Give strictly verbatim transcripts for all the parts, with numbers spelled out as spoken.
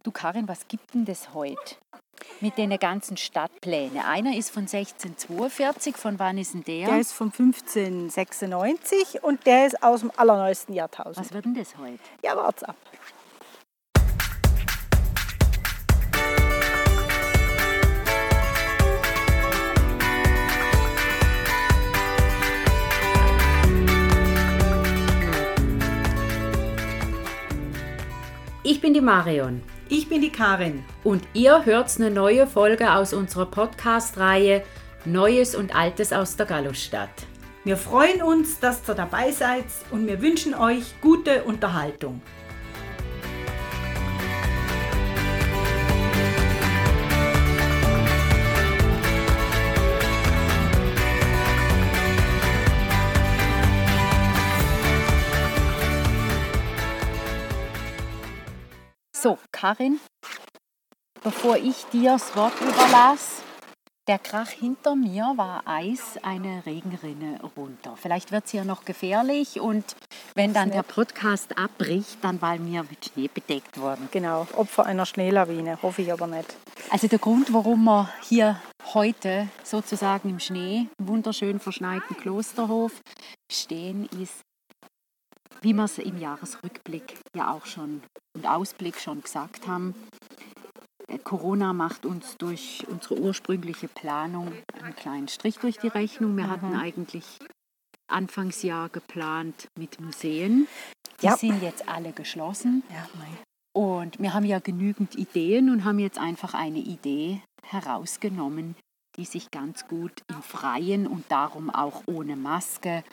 Du Karin, was gibt denn das heute mit den ganzen Stadtplänen? Einer ist von sechzehnhundertzweiundvierzig, von wann ist denn der? Der ist von fünfzehnhundertsechsundneunzig und der ist aus dem allerneuesten Jahrtausend. Was wird denn das heute? Ja, wart's ab. Ich bin die Marion. Ich bin die Karin. Und ihr hört eine neue Folge aus unserer Podcast-Reihe Neues und Altes aus der Gallusstadt. Wir freuen uns, dass ihr dabei seid und wir wünschen euch gute Unterhaltung. So, Karin, bevor ich dir das Wort überlasse, der Krach hinter mir war Eis, eine Regenrinne runter. Vielleicht wird es hier noch gefährlich und wenn dann der Podcast abbricht, dann weil wir mit Schnee bedeckt wurden. Genau, Opfer einer Schneelawine, hoffe ich aber nicht. Also der Grund, warum wir hier heute sozusagen im Schnee, im wunderschön verschneiten Klosterhof stehen, ist, wie wir es im Jahresrückblick ja auch schon und Ausblick schon gesagt haben, Corona macht uns durch unsere ursprüngliche Planung einen kleinen Strich durch die Rechnung. Wir mhm. hatten eigentlich Anfangsjahr geplant mit Museen. Die ja. sind jetzt alle geschlossen. Ja, und wir haben ja genügend Ideen und haben jetzt einfach eine Idee herausgenommen, die sich ganz gut im Freien und darum auch ohne Maske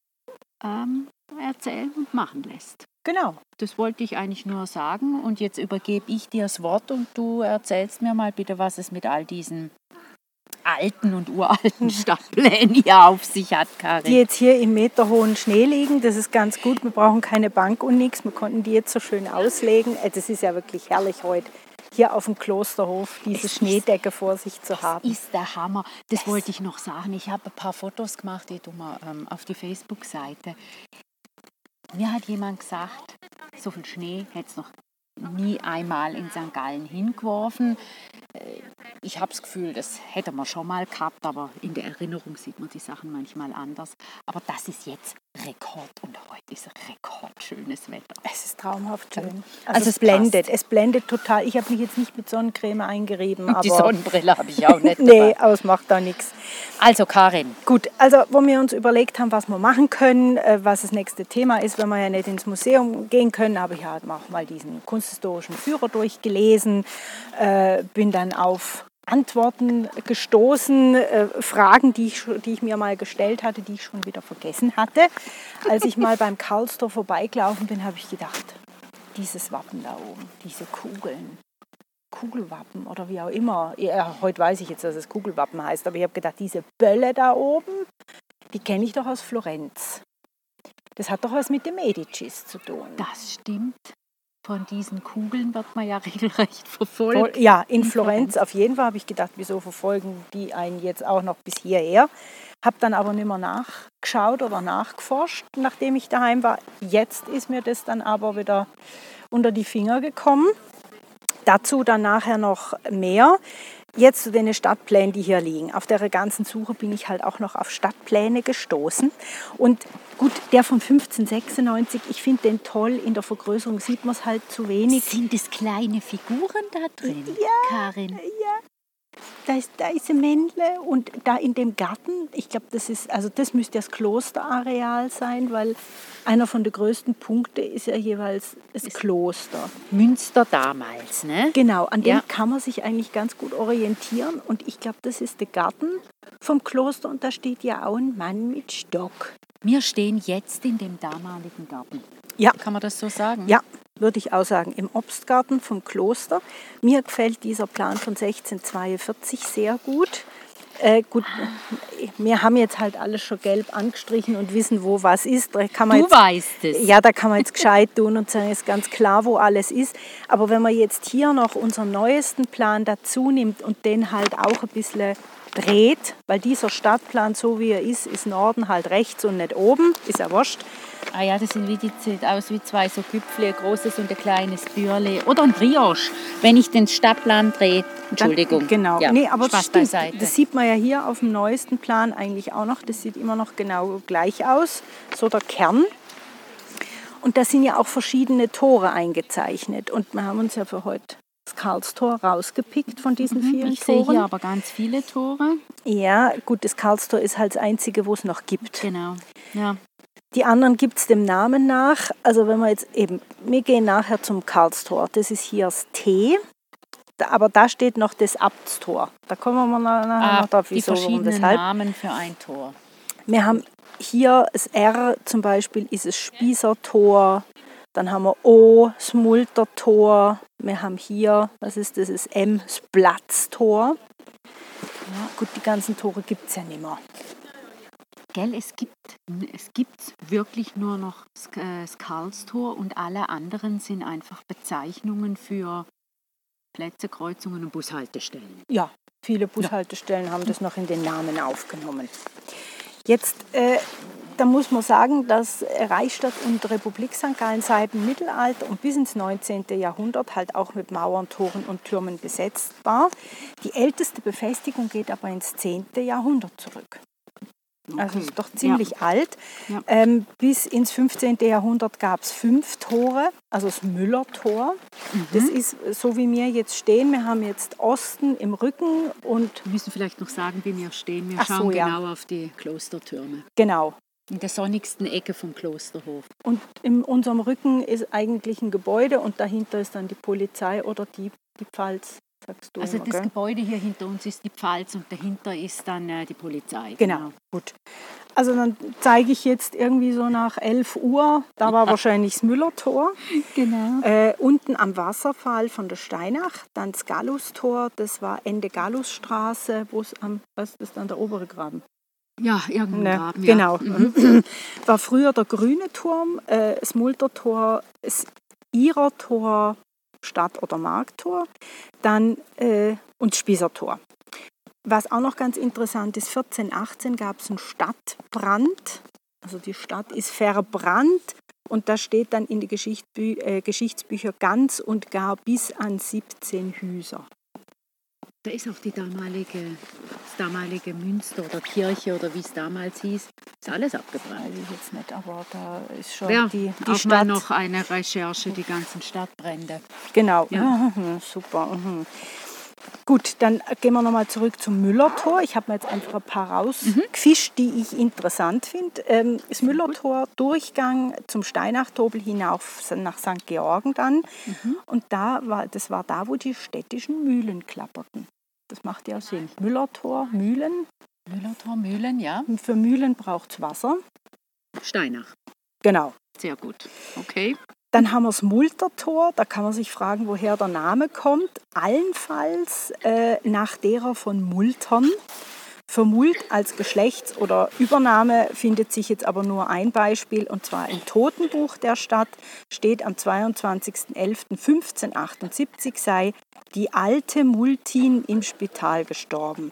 ähm, erzählen und machen lässt. Genau. Das wollte ich eigentlich nur sagen und jetzt übergebe ich dir das Wort und du erzählst mir mal bitte, was es mit all diesen alten und uralten Stadtplänen hier auf sich hat, Karin. Die jetzt hier im meterhohen Schnee liegen, das ist ganz gut. Wir brauchen keine Bank und nichts. Wir konnten die jetzt so schön auslegen. Das ist ja wirklich herrlich heute, hier auf dem Klosterhof diese es Schneedecke ist, vor sich zu haben. Das ist der Hammer. Das es wollte ich noch sagen. Ich habe ein paar Fotos gemacht, die tun wir ähm, auf die Facebook-Seite. Mir hat jemand gesagt, so viel Schnee hätte es noch nie einmal in Sankt Gallen hingeworfen. Ich habe das Gefühl, das hätte man schon mal gehabt, aber in der Erinnerung sieht man die Sachen manchmal anders. Aber das ist jetzt Rekord und heute ist rekordschönes Wetter. Es ist traumhaft schön. Also, also es, es blendet, passt. Es blendet total. Ich habe mich jetzt nicht mit Sonnencreme eingerieben. Und aber die Sonnenbrille habe ich auch nicht Nee, dabei. aber es macht da nichts. Also Karin. Gut, also wo wir uns überlegt haben, was wir machen können, was das nächste Thema ist, wenn wir ja nicht ins Museum gehen können, habe ich halt auch mal diesen kunsthistorischen Führer durchgelesen, äh, bin dann auf Antworten gestoßen, äh, Fragen, die ich, die ich mir mal gestellt hatte, die ich schon wieder vergessen hatte. Als ich mal beim Karlstor vorbeigelaufen bin, habe ich gedacht, dieses Wappen da oben, diese Kugeln, Kugelwappen oder wie auch immer. Ja, heute weiß ich jetzt, dass es Kugelwappen heißt, aber ich habe gedacht, diese Bölle da oben, die kenne ich doch aus Florenz. Das hat doch was mit den Medicis zu tun. Das stimmt. Von diesen Kugeln wird man ja regelrecht verfolgt. Ja, in, in Florenz, Florenz auf jeden Fall habe ich gedacht, wieso verfolgen die einen jetzt auch noch bis hierher. Habe dann aber nicht mehr nachgeschaut oder nachgeforscht, nachdem ich daheim war. Jetzt ist mir das dann aber wieder unter die Finger gekommen. Dazu dann nachher noch mehr. Jetzt zu den Stadtplänen, die hier liegen. Auf der ganzen Suche bin ich halt auch noch auf Stadtpläne gestoßen. Und gut, der von fünfzehnhundertsechsundneunzig, ich finde den toll. In der Vergrößerung sieht man es halt zu wenig. Sind es kleine Figuren da drin, ja, Karin? Ja. Da ist, da ist ein Männle und da in dem Garten, ich glaube, das ist, also das müsste das Klosterareal sein, weil einer von den größten Punkten ist ja jeweils das Kloster. Münster damals, ne? Genau, an dem ja. kann man sich eigentlich ganz gut orientieren und ich glaube, das ist der Garten vom Kloster und da steht ja auch ein Mann mit Stock. Wir stehen jetzt in dem damaligen Garten. Ja. Kann man das so sagen? Ja, würde ich auch sagen, im Obstgarten vom Kloster. Mir gefällt dieser Plan von sechzehnhundertzweiundvierzig sehr gut. Äh, gut, wir haben jetzt halt alles schon gelb angestrichen und wissen, wo was ist. Da kann man du jetzt, weißt es. Ja, da kann man jetzt gescheit tun und sagen, es ist ganz klar, wo alles ist. Aber wenn man jetzt hier noch unseren neuesten Plan dazu nimmt und den halt auch ein bisschen dreht, weil dieser Stadtplan, so wie er ist, ist Norden halt rechts und nicht oben, ist ja wurscht. Ah ja, das sind wie die, sieht aus wie zwei so Gipfel, ein großes und ein kleines Bürli. Oder ein Brioche, wenn ich den Stadtplan drehe. Entschuldigung. Dann, genau, ja, nee, aber Spaß stimmt, beiseite. das sieht man ja hier auf dem neuesten Plan eigentlich auch noch. Das sieht immer noch genau gleich aus, so der Kern. Und da sind ja auch verschiedene Tore eingezeichnet. Und wir haben uns ja für heute das Karlstor rausgepickt von diesen Mhm, vielen ich Toren. sehe hier aber ganz viele Tore. Ja, gut, das Karlstor ist halt das einzige, wo es noch gibt. Genau, ja. Die anderen gibt es dem Namen nach. Also wenn wir jetzt eben, wir gehen nachher zum Karlstor. Das ist hier das T, aber da steht noch das Abtstor. Da kommen wir nachher Ah, noch drauf, die wieso, warum, verschiedenen weshalb. Namen für ein Tor. Wir haben hier das R zum Beispiel, ist es Spießertor. Dann haben wir O, das Multertor. Wir haben hier, was ist das, das M, das Platztor. Ja, gut, die ganzen Tore gibt es ja nicht mehr. Gell, es gibt es gibt wirklich nur noch das, äh, das Karlstor und alle anderen sind einfach Bezeichnungen für Plätze, Kreuzungen und Bushaltestellen. Ja, viele Bushaltestellen haben das noch in den Namen aufgenommen. Jetzt, äh, da muss man sagen, dass Reichsstadt und Republik Sankt Gallen seit dem Mittelalter und bis ins neunzehnten Jahrhundert halt auch mit Mauern, Toren und Türmen besetzt war. Die älteste Befestigung geht aber ins zehnten Jahrhundert zurück. Okay. Also ist doch ziemlich ja. alt. Ja. Ähm, bis ins fünfzehnten Jahrhundert gab es fünf Tore, also das Müllertor. Mhm. Das ist so, wie wir jetzt stehen. Wir haben jetzt Osten im Rücken und... Wir müssen vielleicht noch sagen, wie wir stehen. Wir Ach schauen so, ja. genau auf die Klostertürme. Genau. In der sonnigsten Ecke vom Klosterhof. Und in unserem Rücken ist eigentlich ein Gebäude und dahinter ist dann die Polizei oder die, die Pfalz. Sagst du also immer, das gell? Gebäude hier hinter uns ist die Pfalz und dahinter ist dann äh, die Polizei. Genau. genau, gut. Also dann zeige ich jetzt irgendwie so nach elf Uhr, da war ja. wahrscheinlich das Müllertor. Genau. Äh, unten am Wasserfall von der Steinach, dann das Gallustor, das war Ende Gallusstraße, wo es am, was ist das dann, der obere Graben? Ja, irgendein ne, Graben, ja. Genau. Mhm. War früher der grüne Turm, äh, das Multertor, das Irertor, Stadt- oder Markttor, dann äh, und Spießertor. Was auch noch ganz interessant ist, vierzehnhundertachtzehn gab es einen Stadtbrand, also die Stadt ist verbrannt und da steht dann in die Geschichtsbü- äh, Geschichtsbücher ganz und gar bis an siebzehn Hüser. Da ist auch die damalige, das damalige Münster oder Kirche oder wie es damals hieß, ist alles abgebrannt. Weiß ich jetzt nicht, aber da ist schon ja, die, die auch Stadt. mal noch eine Recherche, die ganzen Stadtbrände. Genau, ja. super. Mhm. Gut, dann gehen wir nochmal zurück zum Müllertor. Ich habe mir jetzt einfach ein paar rausgefischt, die ich interessant finde. Das Müllertor, Durchgang zum Steinachtobel hinauf nach Sankt Georgen dann. Mhm. Und da war, das war da, wo die städtischen Mühlen klapperten. Das macht ja Sinn. Müllertor, Mühlen. Müllertor, Mühlen, ja. Für Mühlen braucht es Wasser. Steinach. Genau. Sehr gut. Okay. Dann haben wir das Multertor, da kann man sich fragen, woher der Name kommt. Allenfalls äh, nach derer von Multern. Für Mult als Geschlechts- oder Übername findet sich jetzt aber nur ein Beispiel, und zwar im Totenbuch der Stadt steht am zweiundzwanzigsten elften fünfzehnhundertachtundsiebzig sei die alte Multin im Spital gestorben.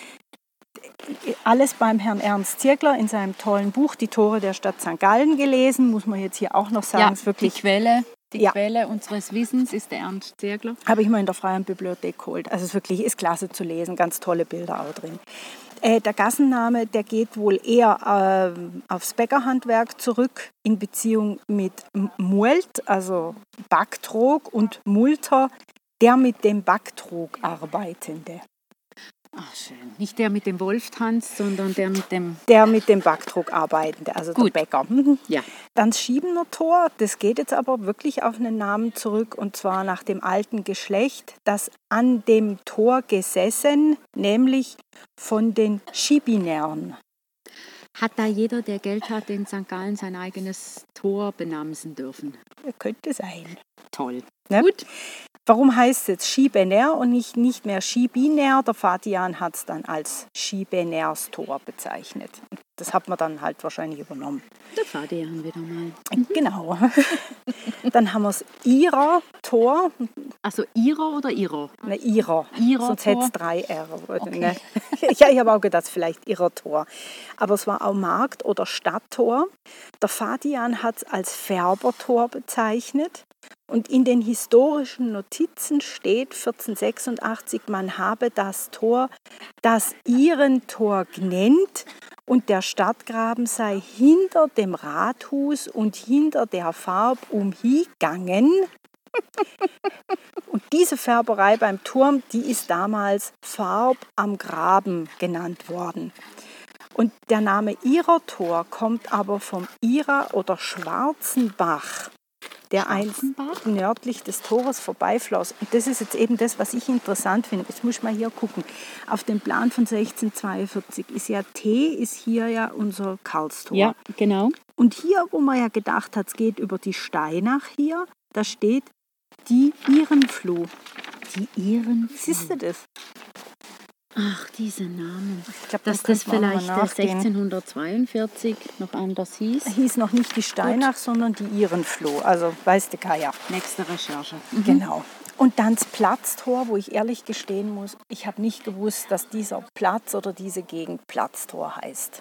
Alles beim Herrn Ernst Zirgler in seinem tollen Buch Die Tore der Stadt Sankt Gallen gelesen, muss man jetzt hier auch noch sagen. Ja, ist wirklich die Quelle, die ja. Quelle unseres Wissens ist der Ernst Zirgler. Habe ich mal in der Freien Bibliothek geholt. Also es ist wirklich ist klasse zu lesen, ganz tolle Bilder auch drin. Äh, der Gassenname, der geht wohl eher äh, aufs Bäckerhandwerk zurück in Beziehung mit Mult, also Backtrog, und Multer, der mit dem Backtrog arbeitende. Ach, schön. Nicht der mit dem Wolf tanzt, sondern der mit dem... Der mit dem Backdruck arbeitende, also Gut. der Bäcker. Ja. Dann das Schiebener Tor, das geht jetzt aber wirklich auf einen Namen zurück, und zwar nach dem alten Geschlecht, das an dem Tor gesessen, nämlich von den Schibinern. Hat da jeder, der Geld hat, in Sankt Gallen sein eigenes Tor benamsen dürfen? Könnte sein. Toll. Ne? Gut. Warum heißt es jetzt Schiebener und nicht, nicht mehr Schibiner? Der Fatian hat es dann als Schibiners Tor bezeichnet. das hat man dann halt wahrscheinlich übernommen. Der Fadian wieder mal. Genau. Dann haben wir das Ihrer Tor. Also Ihrer oder Ihrer? Ne, Ihrer. Ihrer Sonst Tor? hätte es drei R. Okay. Ne? Ja, ich habe auch gedacht, vielleicht Ihrer Tor. Aber es war auch Markt- oder Stadttor. Der Fadian hat es als Färbertor bezeichnet. Und in den historischen Notizen steht vierzehnhundertsechsundachtzig, man habe das Tor das Ihrentor genannt und der Stadtgraben sei hinter dem Rathus und hinter der Farb umhingegangen. Und diese Färberei beim Turm, die ist damals Farb am Graben genannt worden. Und der Name Ihrer-Tor kommt aber vom Ihrer oder Schwarzenbach, der einst nördlich des Tores vorbeifloss. Und das ist jetzt eben das, was ich interessant finde. Jetzt muss ich mal hier gucken. Auf dem Plan von sechzehnhundertzweiundvierzig ist ja T, ist hier ja unser Karlstor. Ja, genau. Und hier, wo man ja gedacht hat, es geht über die Steinach hier, da steht die Ihrenfluh. Die Ihrenfluh. Siehst du das? Ach, diese Namen. Ich glaub, Dass dann das könnte man vielleicht mal nachgehen. sechzehnhundertzweiundvierzig noch anders hieß. Hieß noch nicht die Steinach, sondern die Ihrenfluh. Also, weißt du, Kaya. Nächste Recherche. Mhm. Genau. Und dann das Platztor, wo ich ehrlich gestehen muss, ich habe nicht gewusst, dass dieser Platz oder diese Gegend Platztor heißt.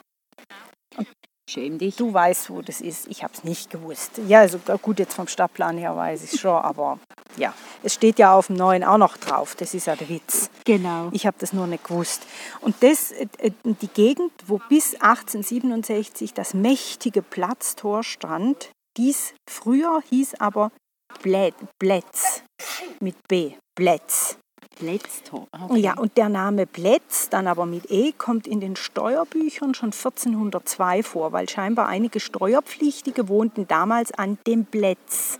Schäm dich. Du weißt, wo das ist. Ich habe es nicht gewusst. Ja, also gut, jetzt vom Stadtplan her weiß ich es schon, aber ja, es steht ja auf dem Neuen auch noch drauf. Das ist ja der Witz. Genau. Ich habe das nur nicht gewusst. Und das, äh, die Gegend, wo bis achtzehnhundertsiebenundsechzig das mächtige Platztor stand, dies früher hieß aber Blä- Blätz mit B. Blätz. Plätztor. Okay. Ja, und der Name Plätz, dann aber mit E, kommt in den Steuerbüchern schon vierzehnhundertzwei vor, weil scheinbar einige Steuerpflichtige wohnten damals an dem Plätz.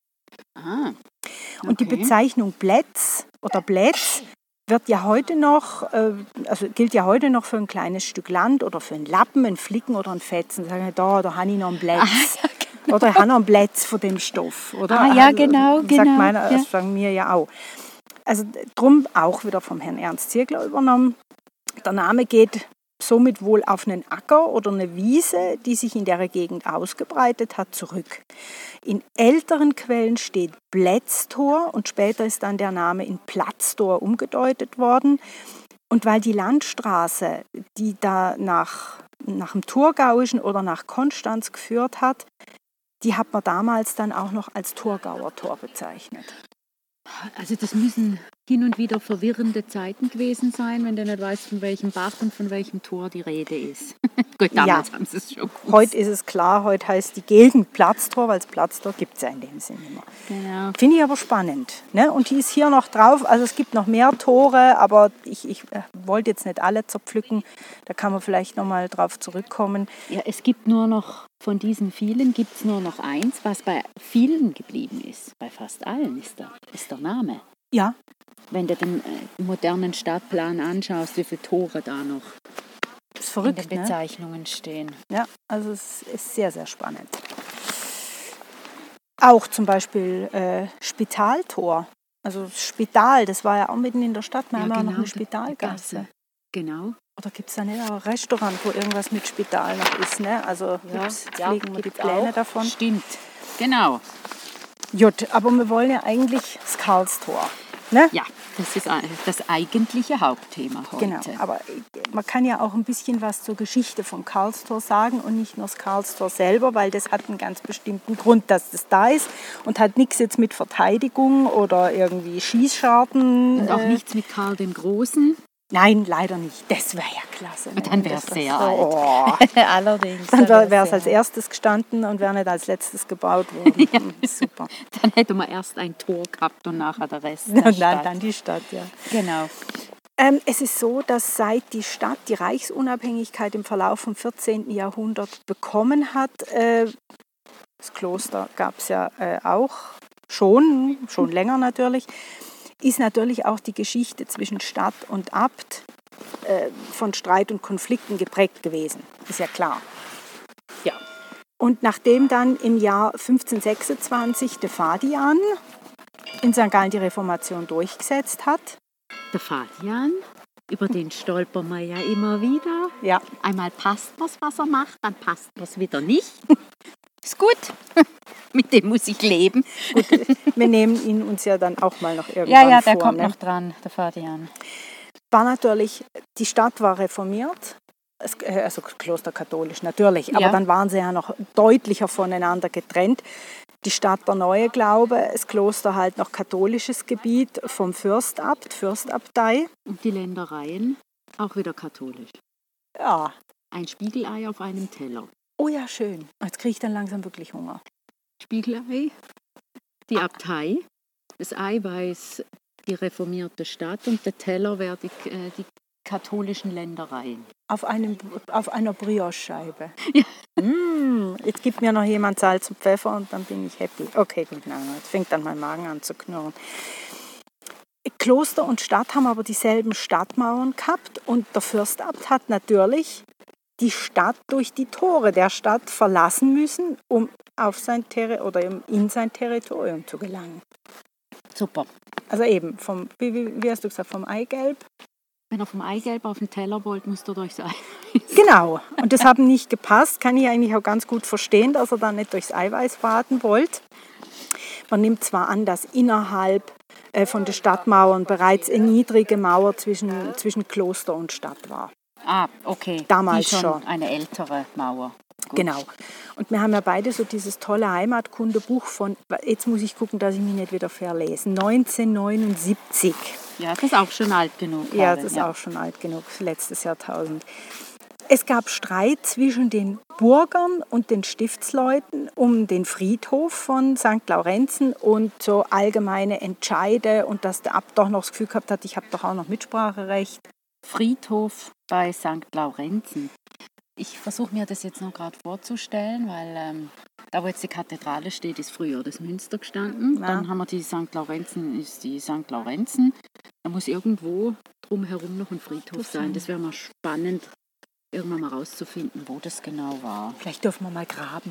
Ah, okay. Und die Bezeichnung Plätz oder Plätz wird ja heute noch, äh, also gilt ja heute noch für ein kleines Stück Land oder für einen Lappen, einen Flicken oder einen Fetzen. Sagen wir, da, da habe ich noch einen Plätz. Ah, ja, genau. Oder ich habe noch einen Plätz von dem Stoff. Oder? Ah, ja, Also, genau, sagt genau. Meiner, Ja. das sagen wir ja auch. Also drum auch wieder vom Herrn Ernst Ziegler übernommen. Der Name geht somit wohl auf einen Acker oder eine Wiese, die sich in der Gegend ausgebreitet hat, zurück. In älteren Quellen steht Plätztor und später ist dann der Name in Platztor umgedeutet worden. Und weil die Landstraße, die da nach, nach dem Thurgauischen oder nach Konstanz geführt hat, die hat man damals dann auch noch als Thurgauer Tor bezeichnet. Also das müssen hin und wieder verwirrende Zeiten gewesen sein, wenn du nicht weißt, von welchem Bach und von welchem Tor die Rede ist. Gut, damals Ja. haben sie es schon gewusst. Heute ist es klar, heute heißt die Gegend Platztor, weil das Platztor gibt es ja in dem Sinne immer. Genau. Finde ich aber spannend. Ne? Und die ist hier noch drauf, also es gibt noch mehr Tore, aber ich, ich äh, wollte jetzt nicht alle zerpflücken, da kann man vielleicht nochmal drauf zurückkommen. Ja, es gibt nur noch, von diesen vielen gibt es nur noch eins, was bei vielen geblieben ist. Bei fast allen ist der, ist der Name. Ja, Wenn du den äh, modernen Stadtplan anschaust, wie viele Tore da noch ist in verrückt, den ne? Bezeichnungen stehen. Ja, also es ist sehr, sehr spannend. Auch zum Beispiel äh, Spitaltor. Also das Spital, das war ja auch mitten in der Stadt. Wir haben ja auch noch eine die- Spitalgasse. die Gasse. Genau. Oder gibt es da nicht auch ein Restaurant, wo irgendwas mit Spital noch ist? Ne? Also gibt's, jetzt legen wir die gibt's Pläne auch. davon. Stimmt. Genau. Gut, aber wir wollen ja eigentlich das Karlstor. Ne? Ja, das ist äh, das eigentliche Hauptthema heute. Genau, aber man kann ja auch ein bisschen was zur Geschichte vom Karlstor sagen und nicht nur das Karlstor selber, weil das hat einen ganz bestimmten Grund, dass das da ist und hat nichts jetzt mit Verteidigung oder irgendwie Schießscharten. Und auch äh, nichts mit Karl dem Großen. Nein, leider nicht. Das wäre ja klasse. Ne? Dann wäre es Das sehr wär- Oh. alt. Allerdings. Dann wäre es als erstes gestanden und wäre nicht als letztes gebaut worden. Ja. Hm, super. Dann hätte man erst ein Tor gehabt und nachher der Rest der Und dann, Stadt. dann die Stadt, ja. Genau. Ähm, es ist so, dass seit die Stadt die Reichsunabhängigkeit im Verlauf vom vierzehnten Jahrhundert bekommen hat, äh, das Kloster gab es ja äh, auch schon, schon länger natürlich, ist natürlich auch die Geschichte zwischen Stadt und Abt äh, von Streit und Konflikten geprägt gewesen. Ist ja klar. Ja. Und nachdem dann im Jahr fünfzehnhundertsechsundzwanzig der Fadian in Sankt Gallen die Reformation durchgesetzt hat, Der Fadian. Über den stolpern wir ja immer wieder. Ja. Einmal passt was, was er macht, dann passt was wieder nicht. Ist gut. Mit dem muss ich leben. Gut, wir nehmen ihn uns ja dann auch mal noch irgendwann Ja, ja, der vor, kommt ne? noch dran, der Fabian. War natürlich, die Stadt war reformiert, es, also klosterkatholisch natürlich, aber Ja. dann waren sie ja noch deutlicher voneinander getrennt. Die Stadt der Neue Glaube, das Kloster halt noch katholisches Gebiet vom Fürstabt, Fürstabtei. Und die Ländereien auch wieder katholisch. Ja, Ein Spiegelei auf einem Teller. oh ja, schön. Jetzt kriege ich dann langsam wirklich Hunger. Spiegelei, die Abtei, das Eiweiß, die reformierte Stadt und der Teller wäre die, äh, die katholischen Ländereien. Auf, einem, auf einer Brioche-Scheibe. Ja. Mm, jetzt gibt mir noch jemand Salz und Pfeffer und dann bin ich happy. Okay, gut, nein, jetzt fängt dann mein Magen an zu knurren. Kloster und Stadt haben aber dieselben Stadtmauern gehabt und der Fürstabt hat natürlich die Stadt durch die Tore der Stadt verlassen müssen, um auf sein Terri- oder in sein Territorium zu gelangen. Super. Also eben, vom, wie, wie, wie hast du gesagt, vom Eigelb? Wenn er vom Eigelb auf den Teller wollt, müsst ihr durchs Eiweiß. Genau, und das hat ihm nicht gepasst, kann ich eigentlich auch ganz gut verstehen, dass er dann nicht durchs Eiweiß baden wollte. Man nimmt zwar an, dass innerhalb äh, von den Stadtmauern bereits eine niedrige Mauer zwischen, zwischen Kloster und Stadt war. Ah, okay. Damals Die schon. schon. Eine ältere Mauer. Gut. Genau. Und wir haben ja beide so dieses tolle Heimatkundebuch von, jetzt muss ich gucken, dass ich mich nicht wieder verlese, neunzehnhundertneunundsiebzig. Ja, das ist auch schon alt genug. Ja, Karin, das ist auch schon alt genug, letztes Jahrtausend. Es gab Streit zwischen den Burgern und den Stiftsleuten um den Friedhof von Sankt Laurenzen und so allgemeine Entscheide und dass der Abt doch noch das Gefühl gehabt hat, ich habe doch auch noch Mitspracherecht. Friedhof bei Sankt Laurenzen. Ich versuche mir das jetzt noch gerade vorzustellen, weil ähm, da, wo jetzt die Kathedrale steht, ist früher das Münster gestanden. Ja. Dann haben wir die Sankt Laurenzen, ist die Sankt Laurenzen. Da muss irgendwo drumherum noch ein Friedhof Das sein. sein. Das wäre mal spannend, irgendwann mal rauszufinden, wo das genau war. Vielleicht dürfen wir mal graben.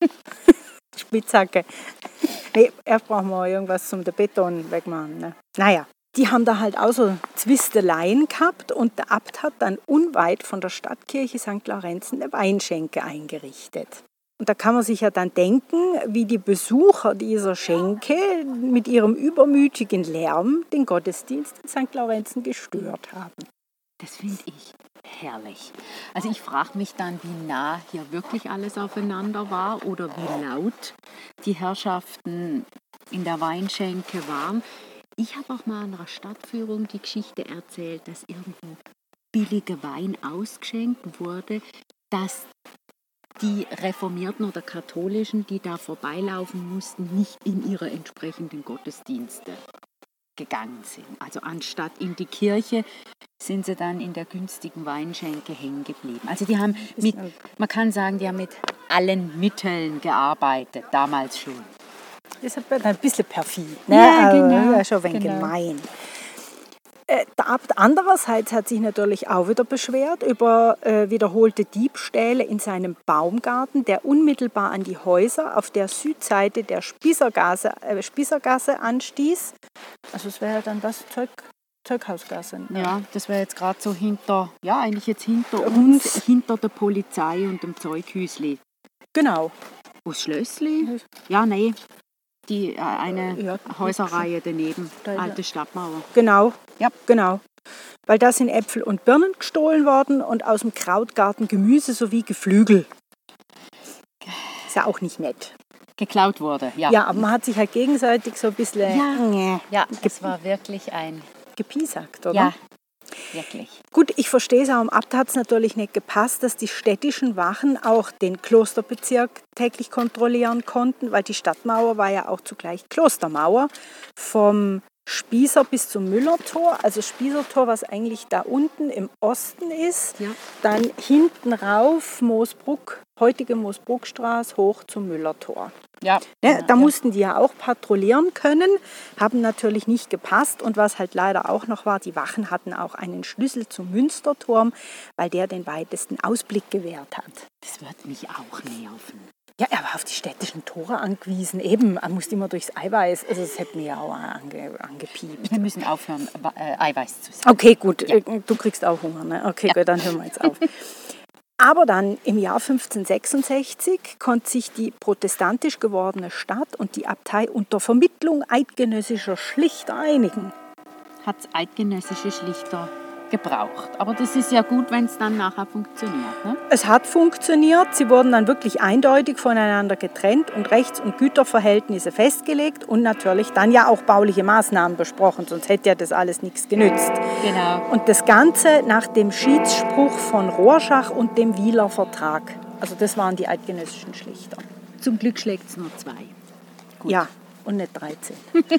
Spitzhacke. Nee, erst brauchen wir irgendwas zum den Beton wegmachen. Ne? Naja, die haben da halt auch so Zwisteleien gehabt und der Abt hat dann unweit von der Stadtkirche Sankt Laurenzen eine Weinschenke eingerichtet. Und da kann man sich ja dann denken, wie die Besucher dieser Schenke mit ihrem übermütigen Lärm den Gottesdienst in Sankt Laurenzen gestört haben. Das finde ich herrlich. Also ich frage mich dann, wie nah hier wirklich alles aufeinander war oder wie laut die Herrschaften in der Weinschenke waren. Ich habe auch mal an einer Stadtführung die Geschichte erzählt, dass irgendwo billiger Wein ausgeschenkt wurde, dass die Reformierten oder Katholischen, die da vorbeilaufen mussten, nicht in ihre entsprechenden Gottesdienste gegangen sind. Also anstatt in die Kirche sind sie dann in der günstigen Weinschenke hängen geblieben. Also die haben mit, man kann sagen, die haben mit allen Mitteln gearbeitet, damals schon. Das ist ein bisschen perfid. Ne? Ja, Also, genau, ja, schon ein wenig genau. gemein. Äh, Der Abt andererseits hat sich natürlich auch wieder beschwert über äh, wiederholte Diebstähle in seinem Baumgarten, der unmittelbar an die Häuser auf der Südseite der Spießergasse, äh, Spießergasse anstieß. Also es wäre dann das Zeug, Zeughausgasse. Ne? Ja, das wäre jetzt gerade so hinter, ja eigentlich jetzt hinter Uns. uns, hinter der Polizei und dem Zeughüsli. Genau. Wo das Schlössli? Ja, nee, die äh, eine Ja, Häuserreihe daneben, Da ist er. alte Stadtmauer. Genau. Ja. Genau. Weil da sind Äpfel und Birnen gestohlen worden und aus dem Krautgarten Gemüse sowie Geflügel. Ist ja auch nicht nett. Geklaut wurde, ja. Ja, aber man hat sich halt gegenseitig so ein bisschen Ja. Ja, es war wirklich ein, gepiesackt, oder? ja, wirklich. Gut, ich verstehe es auch, am Abt hat es natürlich nicht gepasst, dass die städtischen Wachen auch den Klosterbezirk täglich kontrollieren konnten, weil die Stadtmauer war ja auch zugleich Klostermauer vom Spießer bis zum Müllertor, also Spießertor, was eigentlich da unten im Osten ist, Ja. dann hinten rauf Moosbruck, heutige Moosbruckstraße hoch zum Müllertor. Ja, Ne, da mussten die ja auch patrouillieren können, haben natürlich nicht gepasst und was halt leider auch noch war, die Wachen hatten auch einen Schlüssel zum Münsterturm, weil der den weitesten Ausblick gewährt hat. das wird mich auch nerven. Ja, aber war auf die städtischen Tore angewiesen. Eben, man musste immer durchs Eiweiß. Also das hätte mir ja auch ange, angepiept. Wir müssen aufhören, äh, Eiweiß zu sagen. Okay, gut. Ja. Du kriegst auch Hunger, ne? Okay, Ja. gut, dann hören wir jetzt auf. Aber dann im Jahr fünfzehnhundertsechsundsechzig konnte sich die protestantisch gewordene Stadt und die Abtei unter Vermittlung eidgenössischer Schlichter einigen. Hat es eidgenössische Schlichter gebraucht. Aber das ist ja gut, wenn es dann nachher funktioniert. Ne? Es hat funktioniert. Sie wurden dann wirklich eindeutig voneinander getrennt und Rechts- und Güterverhältnisse festgelegt und natürlich dann ja auch bauliche Maßnahmen besprochen, sonst hätte ja das alles nichts genützt. Genau. Und das Ganze nach dem Schiedsspruch von Rorschach und dem Wieler Vertrag. Also das waren die eidgenössischen Schlichter. Zum Glück schlägt es nur zwei. Gut. Ja, und nicht dreizehn.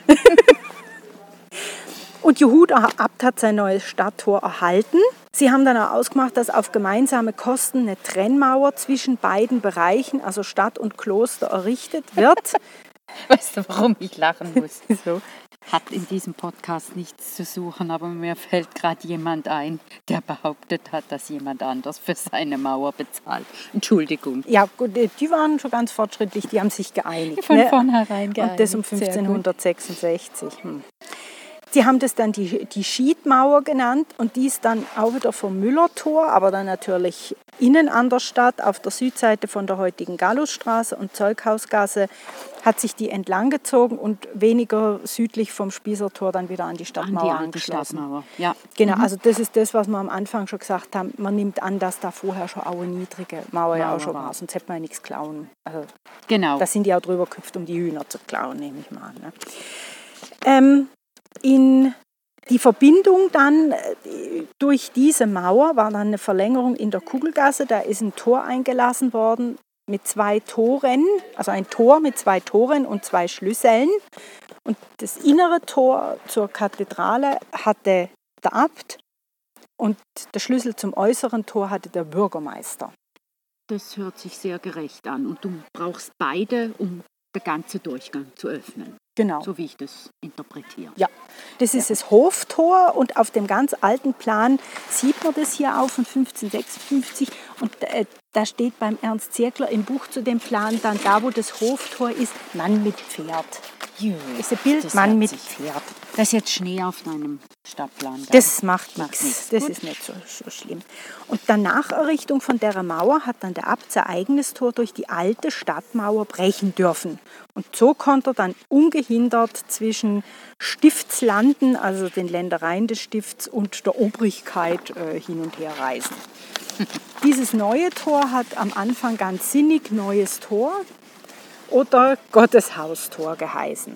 Und Jehuda Abt hat sein neues Stadttor erhalten. Sie haben dann auch ausgemacht, dass auf gemeinsame Kosten eine Trennmauer zwischen beiden Bereichen, also Stadt und Kloster, errichtet wird. Weißt du, warum ich lachen muss? So. Hat in diesem Podcast nichts zu suchen, aber mir fällt gerade jemand ein, der behauptet hat, dass jemand anders für seine Mauer bezahlt. Entschuldigung. Ja, gut, die waren schon ganz fortschrittlich, die haben sich geeinigt. Von ne? vornherein geeinigt. Und das um fünfzehnhundertsechsundsechzig. Hm. Sie haben das dann die, die Schiedmauer genannt und die ist dann auch wieder vom Müllertor, aber dann natürlich innen an der Stadt, auf der Südseite von der heutigen Gallusstraße und Zeughausgasse, hat sich die entlang gezogen und weniger südlich vom Spießertor dann wieder an die Stadtmauer An die alte angeschlossen. Stadtmauer, ja. Genau, also das ist das, was wir am Anfang schon gesagt haben. Man nimmt an, dass da vorher schon auch eine niedrige Mauer ja Mauer auch schon war. war, sonst hätte man ja nichts klauen. Also Genau. da sind die auch drüber gehüpft, um die Hühner zu klauen, nehme ich mal an. Ne? Ähm, in die Verbindung dann äh, durch diese Mauer war dann eine Verlängerung in der Kugelgasse. Da ist ein Tor eingelassen worden mit zwei Toren, also ein Tor mit zwei Toren und zwei Schlüsseln. Und das innere Tor zur Kathedrale hatte der Abt und der Schlüssel zum äußeren Tor hatte der Bürgermeister. Das hört sich sehr gerecht an. Und du brauchst beide, um den ganzen Durchgang zu öffnen. Genau. So wie ich das interpretiere. Ja, das ist das Hoftor und auf dem ganz alten Plan sieht man das hier auch von fünfzehnhundertsechsundfünfzig und äh, da steht beim Ernst Zirkler im Buch zu dem Plan dann da, wo das Hoftor ist, Mann mit Pferd. Jö, Das ist ein Bild, das Mann hört mit sich- Pferd. Da ist jetzt Schnee auf deinem Stadtplan. gell? Das macht Macht nichts, nichts. das Gut. ist nicht so, so schlimm. Und der Nacherrichtung von der Mauer hat dann der Abt sein eigenes Tor durch die alte Stadtmauer brechen dürfen. Und so konnte er dann ungehindert zwischen Stiftslanden, also den Ländereien des Stifts, und der Obrigkeit äh, hin und her reisen. Dieses neue Tor hat am Anfang ganz sinnig Neues Tor oder Gotteshaustor geheißen.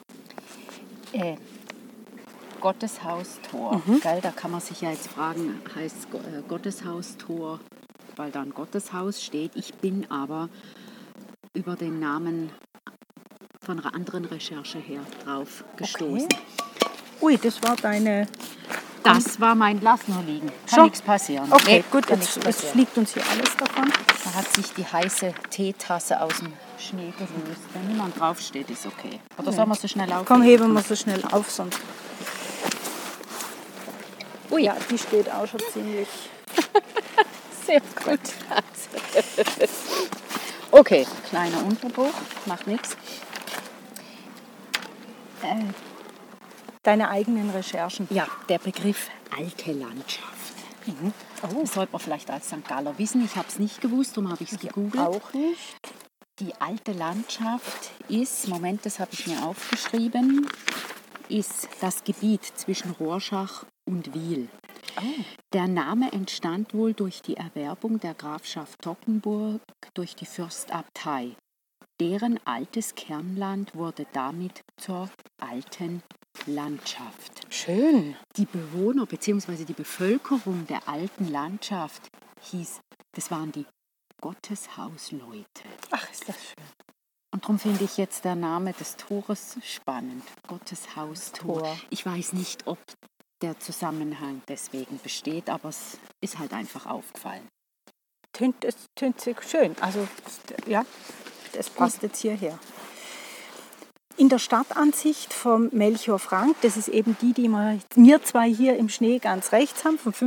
Äh, Gotteshaustor. Mhm. Gell, da kann man sich ja jetzt fragen, heißt Go- äh, Gotteshaustor, weil da ein Gotteshaus steht. Ich bin aber über den Namen von einer anderen Recherche her drauf gestoßen. Okay. Ui, das war deine... Das war mein Lass nur liegen. Kann Schon? nichts passieren. Okay, Nee, gut, kann jetzt, nichts jetzt passieren. fliegt uns hier alles davon. Da hat sich die heiße Teetasse aus dem Schnee gelöst. Wenn niemand draufsteht, ist okay. Oder soll man so schnell auf? Komm, heben wir so schnell auf, sonst... Ui, ja, die steht auch schon ziemlich... Sehr gut. Okay, kleiner Unterbruch, macht nichts. Äh, Deine eigenen Recherchen. ja, der Begriff alte Landschaft. Mhm. Oh. Das sollte man vielleicht als Sankt Galler wissen. Ich habe es nicht gewusst, darum habe ich es gegoogelt. Auch nicht. Die alte Landschaft ist, Moment, das habe ich mir aufgeschrieben, ist das Gebiet zwischen Rorschach und Wil. Oh. Der Name entstand wohl durch die Erwerbung der Grafschaft Toggenburg durch die Fürstabtei. Deren altes Kernland wurde damit zur alten Landschaft. Schön. Die Bewohner bzw. die Bevölkerung der alten Landschaft hieß, das waren die Gotteshausleute. Ach, ist das schön. Und darum finde ich jetzt der Name des Tores spannend. Gotteshaustor. Tor. Ich weiß nicht, ob der Zusammenhang deswegen besteht, aber es ist halt einfach aufgefallen. Tönt, es tönt sehr schön. Also, ja, das passt jetzt hierher. In der Stadtansicht vom Melchior Frank, das ist eben die, die wir, wir zwei hier im Schnee ganz rechts haben, von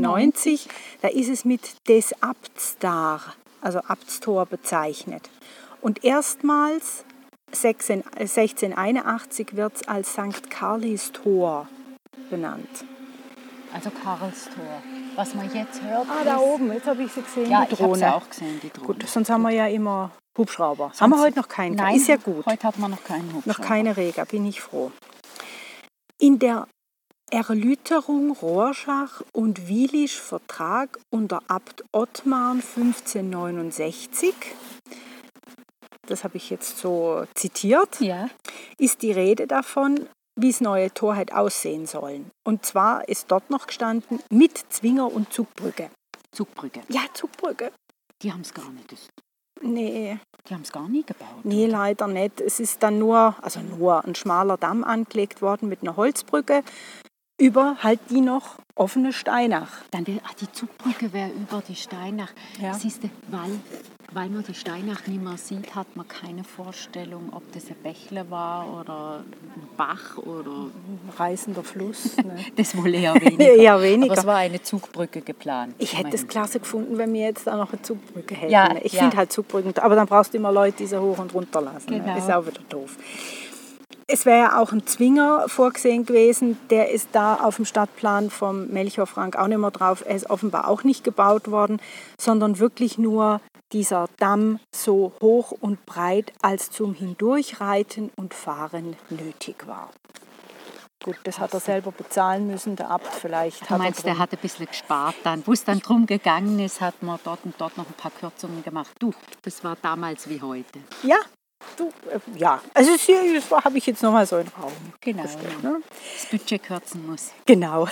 fünfzehnhundertsechsundneunzig, da ist es mit des Abts dar, also Abtstor bezeichnet. Und erstmals sechzehnhunderteinundachtzig wird es als Sankt Karlis Tor benannt. Also Karlstor. Was man jetzt hört. Ah, da oben, jetzt habe ich sie gesehen, ja, die Drohne. Drohne. Ich habe sie auch gesehen, die Drohne. Gut, sonst haben wir ja immer Hubschrauber. Sonst haben wir heute noch keinen? Nein, ist ja gut. Heute hat man noch keinen Hubschrauber. Noch keine Rega, bin ich froh. In der Erlüterung Rorschach und Wielich Vertrag unter Abt Ottmar fünfzehnhundertneunundsechzig, das habe ich jetzt so zitiert, ja. ist die Rede davon, wie das neue Tor hätte aussehen sollen. Und zwar ist dort noch gestanden, mit Zwinger und Zugbrücke. Zugbrücke? Ja, Zugbrücke. Die haben es gar nicht. Das Nee. Die haben es gar nie gebaut? Nee, leider nicht. Es ist dann nur, also nur ein schmaler Damm angelegt worden mit einer Holzbrücke über halt die noch offene Steinach. Dann die, ach, die Zugbrücke wäre über die Steinach. Ja. Siehst du, weil, weil man die Steinach nicht mehr sieht, hat man keine Vorstellung, ob das ein Bächle war oder ein Bach oder ein reißender Fluss. Ne? Das wohl eher weniger. eher weniger. Aber es war eine Zugbrücke geplant. Ich hätte es klasse gefunden, wenn wir jetzt da noch eine Zugbrücke hätten. Ja, ich ja. finde halt Zugbrücken, aber dann brauchst du immer Leute, die sie hoch und runter lassen. Genau. Ne? Ist auch wieder doof. Es wäre ja auch ein Zwinger vorgesehen gewesen, der ist da auf dem Stadtplan vom Melchior Frank auch nicht mehr drauf. Er ist offenbar auch nicht gebaut worden, sondern wirklich nur dieser Damm so hoch und breit, als zum Hindurchreiten und Fahren nötig war. Gut, das hat er selber bezahlen müssen, der Abt vielleicht. Du hat meinst, er der hat ein bisschen gespart dann. Wo es dann drum gegangen ist, hat man dort und dort noch ein paar Kürzungen gemacht. Du, das war damals wie heute. Ja. Du, äh, ja, also das habe ich jetzt nochmal so einen Raum. Genau, gestellt, ja. ne? Das Budget kürzen muss. Genau.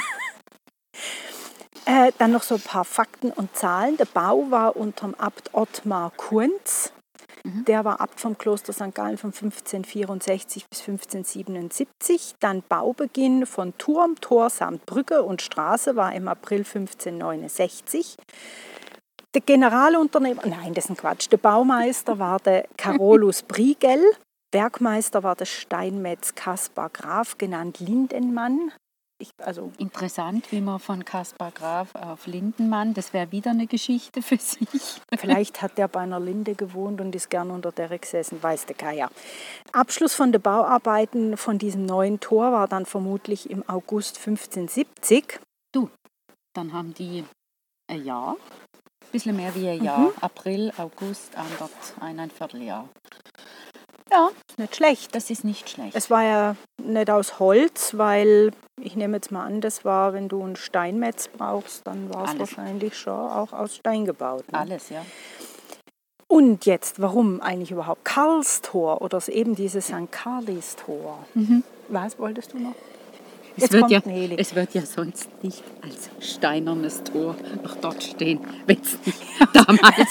äh, dann noch so ein paar Fakten und Zahlen. Der Bau war unter dem Abt Ottmar Kunz. Mhm. Der war Abt vom Kloster Sankt Gallen von fünfzehnhundertvierundsechzig bis fünfzehnhundertsiebenundsiebzig. Dann Baubeginn von Turm, Tor samt Brücke und Straße war im April fünfzehnhundertneunundsechzig. Der Generalunternehmer, nein, das ist ein Quatsch, der Baumeister war der Carolus Briegel, Werkmeister war der Steinmetz Kaspar Graf, genannt Lindenmann. Ich, also Interessant, wie man von Kaspar Graf auf Lindenmann, das wäre wieder eine Geschichte für sich. Vielleicht hat der bei einer Linde gewohnt und ist gern unter der gesessen, weiß der Geier. Abschluss von den Bauarbeiten von diesem neuen Tor war dann vermutlich im August fünfzehnhundertsiebzig. Du, dann haben die ein Jahr. Ein bisschen mehr wie ein Jahr. Mhm. April, August, andert ein Vierteljahr. Ja, nicht schlecht. Das ist nicht schlecht. Es war ja nicht aus Holz, weil ich nehme jetzt mal an, das war, wenn du ein Steinmetz brauchst, dann war es wahrscheinlich schon auch aus Stein gebaut. Ne? Alles, ja. Und jetzt, warum eigentlich überhaupt Karlstor oder eben dieses Sankt Karlis Tor? Mhm. Was wolltest du noch? Es wird, ja, es wird ja sonst nicht als steinernes Tor noch dort stehen, wenn es nicht damals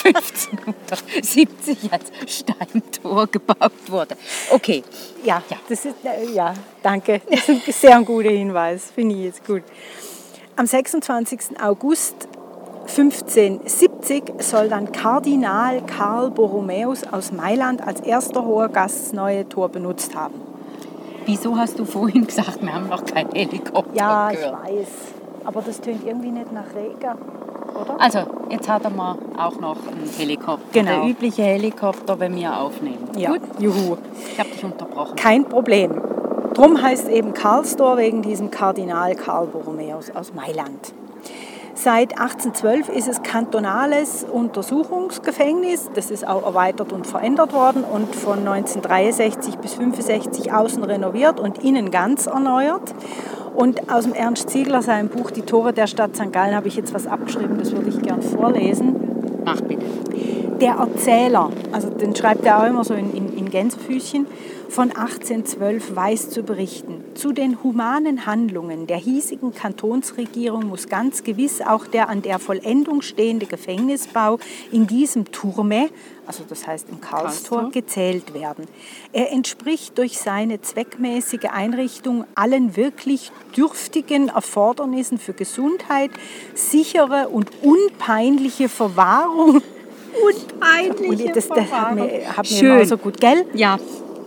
fünfzehnhundertsiebzig als Steintor gebaut wurde. Okay. Ja, ja. Das ist, ja, danke. Das ist ein sehr guter Hinweis, finde ich jetzt gut. Am sechsundzwanzigsten August fünfzehnhundertsiebzig soll dann Kardinal Karl Borromäus aus Mailand als erster hoher Gast das neue Tor benutzt haben. Wieso hast du vorhin gesagt, wir haben noch keinen Helikopter ja, gehört? Ja, ich weiß. Aber das tönt irgendwie nicht nach Rega, oder? Also, jetzt hat er mal auch noch einen Helikopter. Genau. Der übliche Helikopter, wenn wir aufnehmen. Ja. Gut, juhu. Ich habe dich unterbrochen. Kein Problem. Drum heißt eben Karlstor wegen diesem Kardinal Karl Borromäus aus Mailand. Seit achtzehnhundertzwölf ist es kantonales Untersuchungsgefängnis. Das ist auch erweitert und verändert worden und von neunzehnhundertdreiundsechzig bis fünfundsechzig außen renoviert und innen ganz erneuert. Und aus dem Ernst Ziegler, seinem Buch Die Tore der Stadt Sankt Gallen, habe ich jetzt was abgeschrieben, das würde ich gern vorlesen. Mach bitte. Der Erzähler, also den schreibt er auch immer so in, in, in Gänsefüßchen, von achtzehnhundertzwölf weiß zu berichten. Zu den humanen Handlungen der hiesigen Kantonsregierung muss ganz gewiss auch der an der Vollendung stehende Gefängnisbau in diesem Turme, also das heißt im Karlstor, Karlstor, gezählt werden. Er entspricht durch seine zweckmäßige Einrichtung allen wirklich dürftigen Erfordernissen für Gesundheit, sichere und unpeinliche Verwahrung. Unpeinliche das, das hat Verwahrung. mir, hat mir Schön. immer so gut, gell? Ja.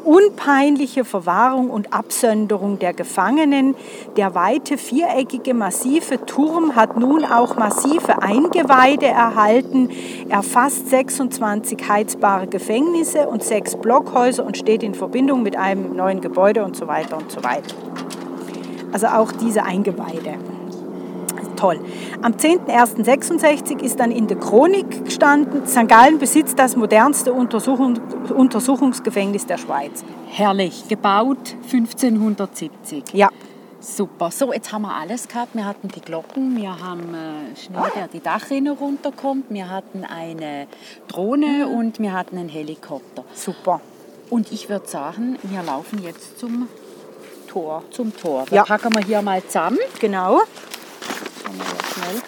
unpeinliche Verwahrung und Absonderung der Gefangenen. Der weite, viereckige, massive Turm hat nun auch massive Eingeweide erhalten. Er fasst sechsundzwanzig heizbare Gefängnisse und sechs Blockhäuser und steht in Verbindung mit einem neuen Gebäude und so weiter und so weiter. Also auch diese Eingeweide. Toll. Am zehnten ersten sechsundsechzig ist dann in der Chronik gestanden, Sankt Gallen besitzt das modernste Untersuchung, Untersuchungsgefängnis der Schweiz. Herrlich, gebaut fünfzehnhundertsiebzig. Ja. Super. So, jetzt haben wir alles gehabt. Wir hatten die Glocken, wir haben äh, Schnee, der die Dachrinne runterkommt, wir hatten eine Drohne mhm. und wir hatten einen Helikopter. Super. Und ich würde sagen, wir laufen jetzt zum Tor. Zum Tor. Da ja. packen wir hier mal zusammen. Genau. Schnell.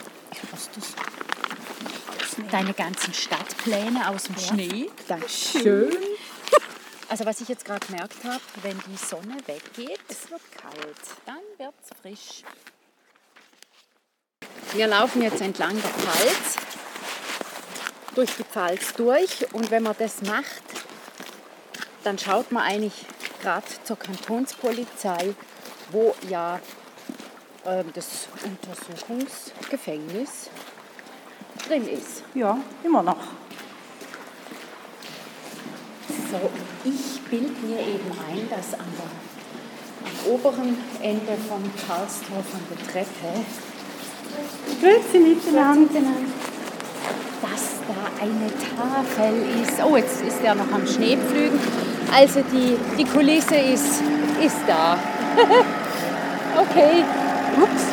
Deine ganzen Stadtpläne aus dem ja. Schnee. Dankeschön. Also was ich jetzt gerade gemerkt habe, wenn die Sonne weggeht, es wird kalt, dann wird es frisch. Wir laufen jetzt entlang der Pfalz, durch die Pfalz durch, und wenn man das macht, dann schaut man eigentlich gerade zur Kantonspolizei, wo ja das Untersuchungsgefängnis drin ist. Ja, immer noch. So, ich bilde mir eben ein, dass an der, am oberen Ende von Karlstor von der Treppe Grüezi miteinander. dass da eine Tafel ist. Oh, jetzt ist der noch am Schneepflügen. Also die, die Kulisse ist, ist da. Okay. Ups.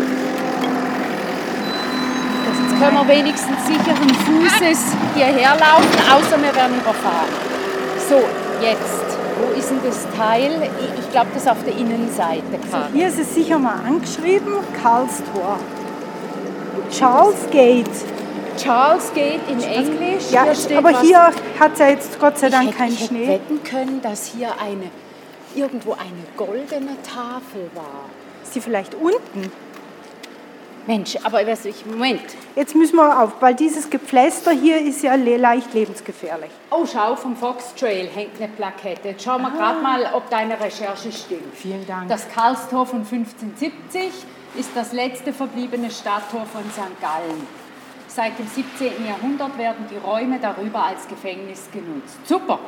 Jetzt können wir wenigstens sicheren Fußes hierher laufen, außer wir werden überfahren. So, jetzt. Wo ist denn das Teil? Ich glaube, das ist auf der Innenseite. So, hier ist es sicher mal angeschrieben, Karlstor. Charles Gate. Charles Gate in Englisch. Ja, hier steht aber was. Hier hat es ja jetzt Gott sei Dank keinen Ich hätte Schnee. wetten können, dass hier eine, irgendwo eine goldene Tafel war. Ist die vielleicht unten? Mensch, aber weißt du, ich, Moment. Jetzt müssen wir auf, weil dieses Gepflaster hier ist ja le- leicht lebensgefährlich. Oh, schau, vom Fox Trail hängt eine Plakette. Jetzt schauen wir ah. gerade mal, ob deine Recherche stimmt. Vielen Dank. Das Karlstor von fünfzehnhundertsiebzig ist das letzte verbliebene Stadttor von Sankt Gallen. Seit dem siebzehnten Jahrhundert werden die Räume darüber als Gefängnis genutzt. Super.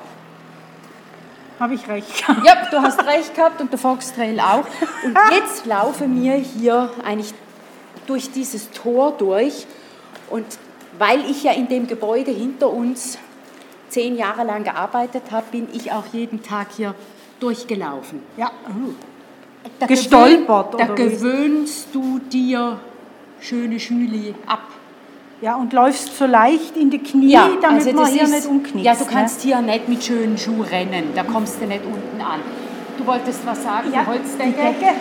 Habe ich recht gehabt. Ja, du hast recht gehabt und der Fox Trail auch. Und jetzt laufen wir hier eigentlich durch dieses Tor durch. Und weil ich ja in dem Gebäude hinter uns zehn Jahre lang gearbeitet habe, bin ich auch jeden Tag hier durchgelaufen. Ja. Da Gestolpert, gewöhn, Da oder gewöhnst du dir schöne Schüli ab. Ja, und läufst so leicht in die Knie, Ja, damit also man das hier ist, nicht umknickt. Ja, du kannst ne? hier nicht mit schönen Schuhen rennen, da kommst du nicht unten an. Du wolltest was sagen, Ja, die Holzdecke? Die Decke,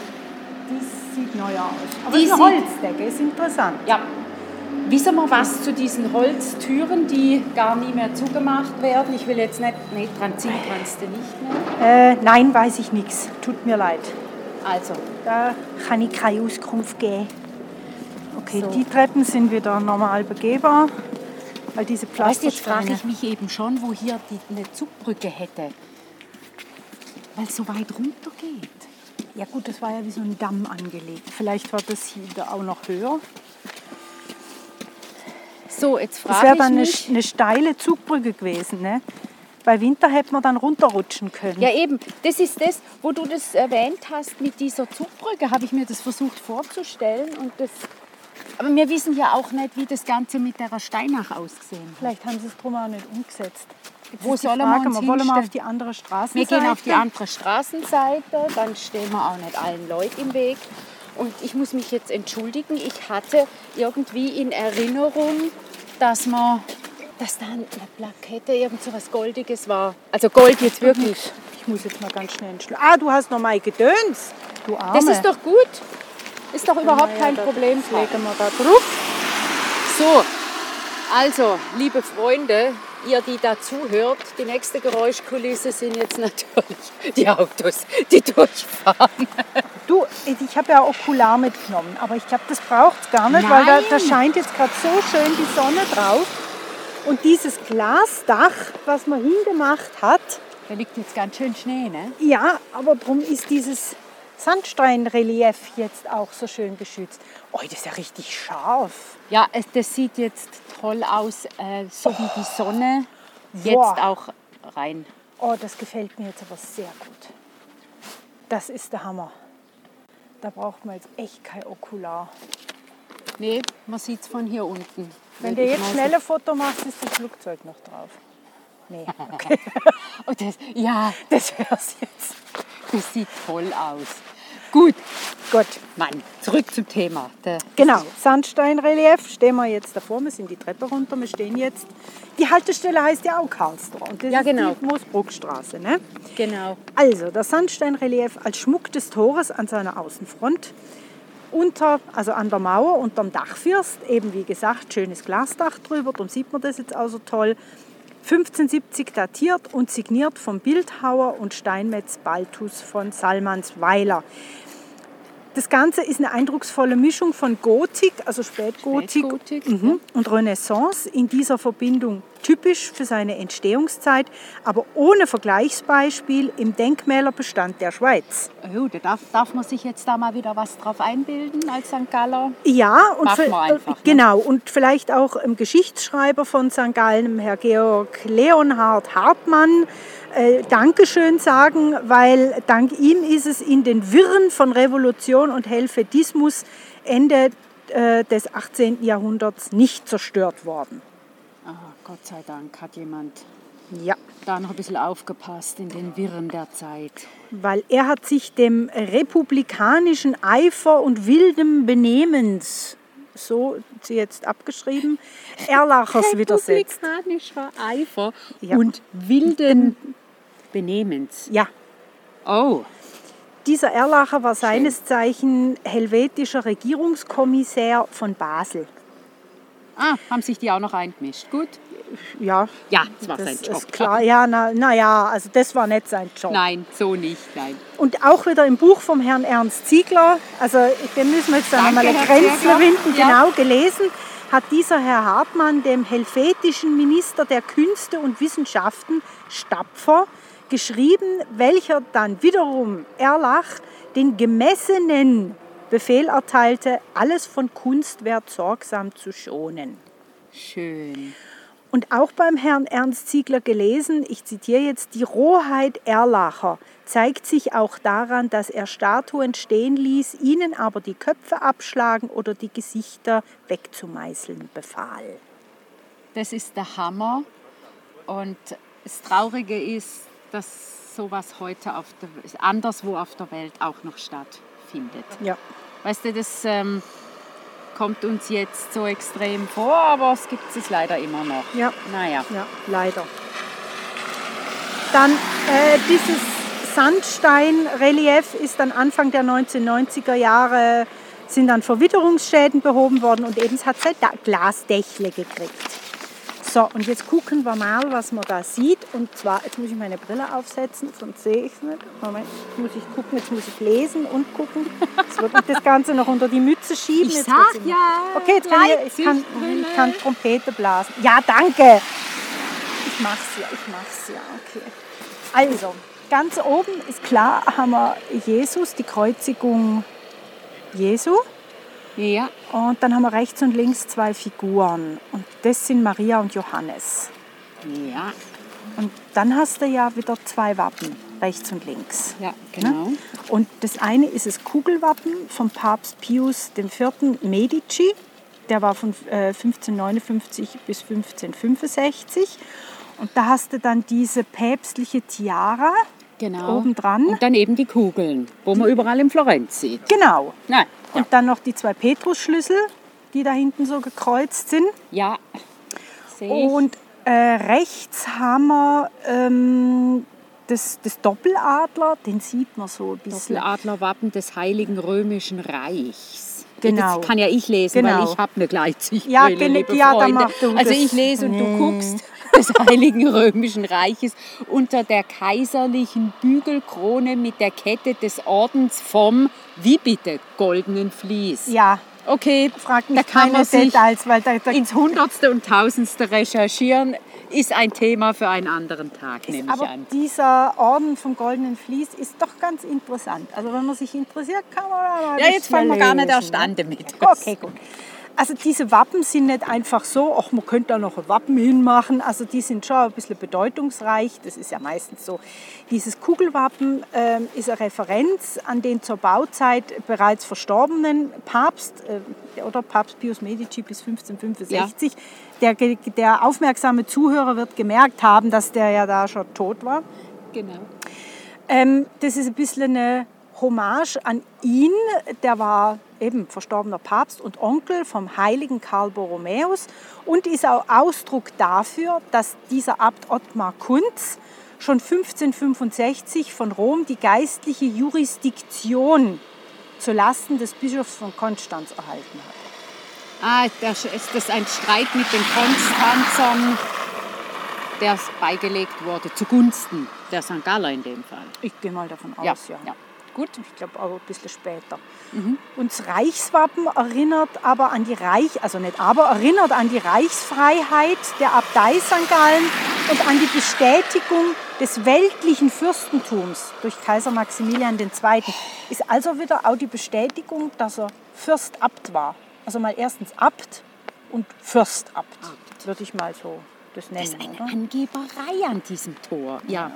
die sieht neu aus. Aber Die die eine sieht- Holzdecke ist interessant. Ja. Wissen wir was zu diesen Holztüren, die gar nie mehr zugemacht werden? Ich will jetzt nicht, nee, dran ziehen kannst du nicht mehr. Äh, nein, weiß ich nichts. Tut mir leid. Also, Da kann ich keine Auskunft geben. Okay, So. die Treppen sind wieder normal begehbar, weil diese weißt du, jetzt frage Pflastersteine... ich mich eben schon, wo hier die, eine Zugbrücke hätte. Weil es so weit runter geht. Ja gut, das war ja wie so ein Damm angelegt. Vielleicht war das hier auch noch höher. So, jetzt Das frage wäre ich dann eine, mich... eine steile Zugbrücke gewesen. Ne? Bei Winter hätte man dann runterrutschen können. Ja eben, das ist das, wo du das erwähnt hast mit dieser Zugbrücke, habe ich mir das versucht vorzustellen. Und das, aber wir wissen ja auch nicht, wie das Ganze mit der Steinach ausgesehen hat. Vielleicht haben sie es drum auch nicht umgesetzt. Jetzt Wo ist die sollen wir Frage, uns wollen wir hinstellen? auf die andere Straßenseite? Wir gehen auf die andere Straßenseite, dann stehen wir auch nicht allen Leuten im Weg. Und ich muss mich jetzt entschuldigen, ich hatte irgendwie in Erinnerung, dass man, dass da eine Plakette, irgend so was Goldiges war. Also Gold jetzt wirklich. Ich muss jetzt mal ganz schnell entschlüsseln. Ah, du hast noch mal Gedöns. Du Arme. Das ist doch gut. Ist doch überhaupt kein Problem. Legen wir da drauf. So, also, liebe Freunde, ihr, die da zuhört, die nächste Geräuschkulisse sind jetzt natürlich die Autos, die durchfahren. Du, ich habe ja Okular mitgenommen, aber ich glaube, das braucht es gar nicht, weil da, da scheint jetzt gerade so schön die Sonne drauf. Und dieses Glasdach, was man hingemacht hat, Da liegt jetzt ganz schön Schnee, ne? Ja, aber darum ist dieses Sandsteinrelief jetzt auch so schön geschützt. Oh, das ist ja richtig scharf. Ja, es, das sieht jetzt toll aus, äh, so wie die Sonne jetzt Boah. auch rein. Oh, das gefällt mir jetzt aber sehr gut. Das ist der Hammer. Da braucht man jetzt echt kein Okular. Nee, man sieht es von hier unten. Wenn du jetzt schnell ein Foto machst, ist das Flugzeug noch drauf. Nee, okay. Oh, das, ja, Das wär's jetzt. das sieht toll aus. Gut, Gut, Mann, zurück zum Thema. Der, genau. Sandsteinrelief stehen wir jetzt davor. Wir sind die Treppe runter. Wir stehen jetzt. Die Haltestelle heißt ja auch Karlstor. Und das Ja, ist genau. die Moosbruckstraße. Ne? Genau. Also, das Sandsteinrelief als Schmuck des Tores an seiner Außenfront. Unter, also an der Mauer, unterm Dachfirst, eben wie gesagt, schönes Glasdach drüber, darum sieht man das jetzt auch so toll. fünfzehnhundertsiebzig datiert und signiert vom Bildhauer und Steinmetz Balthus von Salmansweiler. Das Ganze ist eine eindrucksvolle Mischung von Gotik, also Spätgotik, Spätgotik, mhm, und Renaissance, in dieser Verbindung typisch für seine Entstehungszeit, aber ohne Vergleichsbeispiel im Denkmälerbestand der Schweiz. Oh, da darf, darf man sich jetzt da mal wieder was drauf einbilden als Sankt Galler? Ja, und Machen vi- wir einfach, ne? genau, und vielleicht auch im Geschichtsschreiber von Sankt Gallen, Herr Georg Leonhard Hartmann, äh, Dankeschön sagen, weil dank ihm ist es in den Wirren von Revolution und Helvetismus Ende äh, des achtzehnten Jahrhunderts nicht zerstört worden. Oh, Gott sei Dank hat jemand Ja. da noch ein bisschen aufgepasst in den Wirren der Zeit. Weil er hat sich dem republikanischen Eifer und wildem Benehmens, so sie jetzt abgeschrieben, Erlachers widersetzt. Republikanischer Eifer Ja. und wilden Benehmens. Ja, Oh, dieser Erlacher war seines Zeichen helvetischer Regierungskommissär von Basel. ah, haben sich die auch noch eingemischt. Gut. Ja, Ja, das war das sein Job. ist klar. Ja, na, na ja, also das war nicht sein Job. Nein, so nicht, nein. Und auch wieder im Buch vom Herrn Ernst Ziegler, also dem müssen wir jetzt dann Danke, einmal eine Herr Grenzle Ziegler. winden, Ja. genau gelesen, hat dieser Herr Hartmann dem helvetischen Minister der Künste und Wissenschaften Stapfer geschrieben, welcher dann wiederum Erlach den gemessenen Befehl erteilte, alles von Kunstwert sorgsam zu schonen. Schön. Und auch beim Herrn Ernst Ziegler gelesen, ich zitiere jetzt, die Rohheit Erlacher zeigt sich auch daran, dass er Statuen stehen ließ, ihnen aber die Köpfe abschlagen oder die Gesichter wegzumeißeln befahl. Das ist der Hammer. Und das Traurige ist, dass sowas heute auf der, anderswo auf der Welt auch noch stattfindet. Ja. Weißt du, das ähm, kommt uns jetzt so extrem vor, aber es gibt es leider immer noch. Ja. Naja. Ja, leider. Dann äh, dieses Sandsteinrelief ist dann Anfang der neunzehnhundertneunziger Jahre, sind dann Verwitterungsschäden behoben worden und eben es hat sein Glasdächle gekriegt. So, und jetzt gucken wir mal, was man da sieht. Und zwar, jetzt muss ich meine Brille aufsetzen, sonst sehe ich es nicht. Moment, jetzt muss ich gucken, jetzt muss ich lesen und gucken. Jetzt wird nicht das Ganze noch unter die Mütze schieben. Ich Jetzt sag wird's immer- ja, Okay, jetzt kann ich, ich, kann, Leipzig-Brille. ich kann Trompete blasen. Ja, danke. Ich mach's ja, ich mach's ja, okay. Also, ganz oben ist klar, haben wir Jesus, die Kreuzigung Jesu. Ja. Und dann haben wir rechts und links zwei Figuren. Und das sind Maria und Johannes. Ja. Und dann hast du ja wieder zwei Wappen, rechts und links. Ja, genau. Ne? Und das eine ist das Kugelwappen vom Papst Pius der Vierte Medici. Der war von äh, fünfzehnhundertneunundfünfzig bis fünfzehnhundertfünfundsechzig. Und da hast du dann diese päpstliche Tiara Genau. obendran. Und dann eben die Kugeln, wo man überall in Florenz sieht. Genau. Nein. Ja. Und dann noch die zwei Petrusschlüssel, die da hinten so gekreuzt sind. Ja. Sehe ich. Und äh, rechts haben wir ähm, das, das Doppeladler, den sieht man so ein bisschen. Doppeladlerwappen des Heiligen Römischen Reichs. Genau. Jetzt kann ja ich lesen, Genau. weil ich habe eine Gleitsichtbrille, Ja, gen- liebe ja, dann Freunde. mach du Also das. ich lese und du Nee. guckst des Heiligen Römischen Reiches unter der kaiserlichen Bügelkrone mit der Kette des Ordens vom, wie bitte, goldenen Vlies. Ja, Okay, frag mich da kann keine man sich Details, weil da, da ins Hundertste und Tausendste recherchieren. ist ein Thema für einen anderen Tag, nehme ich Aber an. dieser Orden vom Goldenen Vlies ist doch ganz interessant. Also wenn man sich interessiert, kann man da mal ein Ja, jetzt bisschen fangen wir gar nicht lesen, erst ne? an damit. Okay, gut. Also diese Wappen sind nicht einfach so, ach, man könnte da noch ein Wappen hinmachen. Also die sind schon ein bisschen bedeutungsreich. Das ist ja meistens so. Dieses Kugelwappen äh, ist eine Referenz an den zur Bauzeit bereits verstorbenen Papst, äh, oder Papst Pius Medici bis fünfzehnhundertfünfundsechzig. Ja. Der, der aufmerksame Zuhörer wird gemerkt haben, dass der ja da schon tot war. Genau. Ähm, das ist ein bisschen eine Hommage an ihn. Der war eben verstorbener Papst und Onkel vom heiligen Karl Borromäus und ist auch Ausdruck dafür, dass dieser Abt Ottmar Kunz schon fünfzehnhundertfünfundsechzig von Rom die geistliche Jurisdiktion zulasten des Bischofs von Konstanz erhalten hat. Ah, das ist das ein Streit mit den Konstanzern, der beigelegt wurde, zugunsten der Sankt Galler in dem Fall. Ich gehe mal davon aus, Ja, ja. ja. Gut, ich glaube auch ein bisschen später. Mhm. Und das Reichswappen erinnert aber an die Reich, also nicht aber, erinnert an die Reichsfreiheit der Abtei Sankt Gallen und an die Bestätigung des weltlichen Fürstentums durch Kaiser Maximilian der Zweite. Ist also wieder auch die Bestätigung, dass er Fürstabt war. Also mal erstens Abt und Fürstabt, würde ich mal so das nennen. Das ist eine oder? Angeberei an diesem Tor. Ja.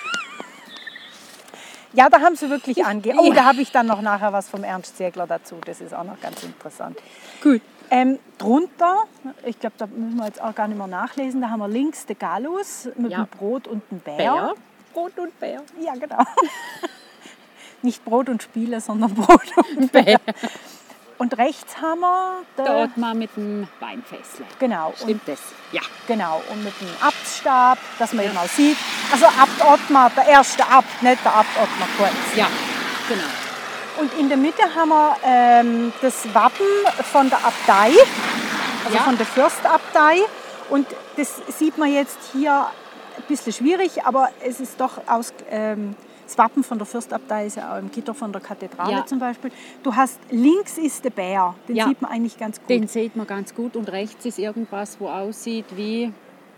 Ja, da haben sie wirklich ange... Oh, Ja. da habe ich dann noch nachher was vom Ernst Ziegler dazu. Das ist auch noch ganz interessant. Gut. Ähm, drunter, ich glaube, da müssen wir jetzt auch gar nicht mehr nachlesen, da haben wir links den Gallus mit Ja. dem Brot und dem Bär. Bär. Brot und Bär. Ja, genau. Nicht Brot und Spiele, sondern Brot und Bär. Und rechts haben wir... den- Der Ottmar mit dem Weinfässle. Genau. Und Stimmt das? Ja. Genau, und mit dem Abtstab, dass man eben auch sieht. Also Abt Ottmar, der erste Abt, nicht der Abt Ottmar Kunz. Ja, genau. Und in der Mitte haben wir ähm, das Wappen von der Abtei, also Ja. von der Fürstabtei. Und das sieht man jetzt hier ein bisschen schwierig, aber es ist doch aus... Ähm, das Wappen von der Fürstabtei ist ja auch im Gitter von der Kathedrale Ja. zum Beispiel. Du hast, links ist der Bär, den Ja. sieht man eigentlich ganz gut. Den sieht man ganz gut und rechts ist irgendwas, wo aussieht wie...